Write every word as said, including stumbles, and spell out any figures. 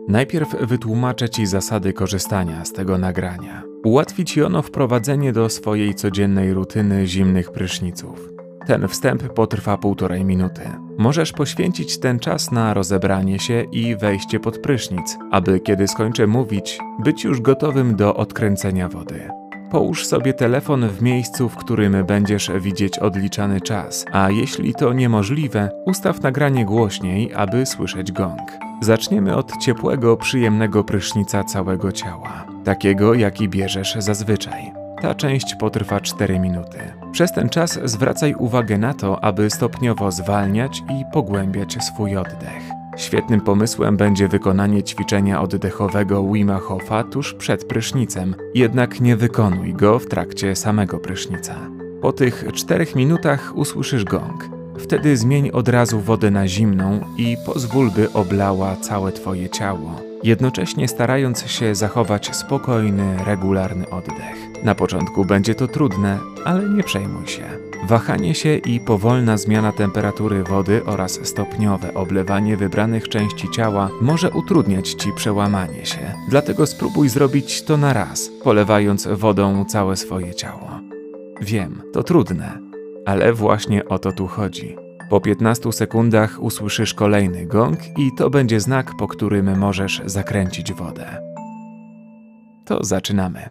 Najpierw wytłumaczę Ci zasady korzystania z tego nagrania. Ułatwi Ci ono wprowadzenie do swojej codziennej rutyny zimnych pryszniców. Ten wstęp potrwa półtorej minuty. Możesz poświęcić ten czas na rozebranie się i wejście pod prysznic, aby kiedy skończę mówić, być już gotowym do odkręcenia wody. Połóż sobie telefon w miejscu, w którym będziesz widzieć odliczany czas, a jeśli to niemożliwe, ustaw nagranie głośniej, aby słyszeć gong. Zaczniemy od ciepłego, przyjemnego prysznica całego ciała, takiego jaki bierzesz zazwyczaj. Ta część potrwa cztery minuty. Przez ten czas zwracaj uwagę na to, aby stopniowo zwalniać i pogłębiać swój oddech. Świetnym pomysłem będzie wykonanie ćwiczenia oddechowego Wima Hofa tuż przed prysznicem, jednak nie wykonuj go w trakcie samego prysznica. Po tych czterech minutach usłyszysz gong. Wtedy zmień od razu wodę na zimną i pozwól, by oblała całe Twoje ciało, jednocześnie starając się zachować spokojny, regularny oddech. Na początku będzie to trudne, ale nie przejmuj się. Wahanie się i powolna zmiana temperatury wody oraz stopniowe oblewanie wybranych części ciała może utrudniać Ci przełamanie się. Dlatego spróbuj zrobić to na raz, polewając wodą całe swoje ciało. Wiem, to trudne, ale właśnie o to tu chodzi. Po piętnastu sekundach usłyszysz kolejny gong i to będzie znak, po którym możesz zakręcić wodę. To zaczynamy.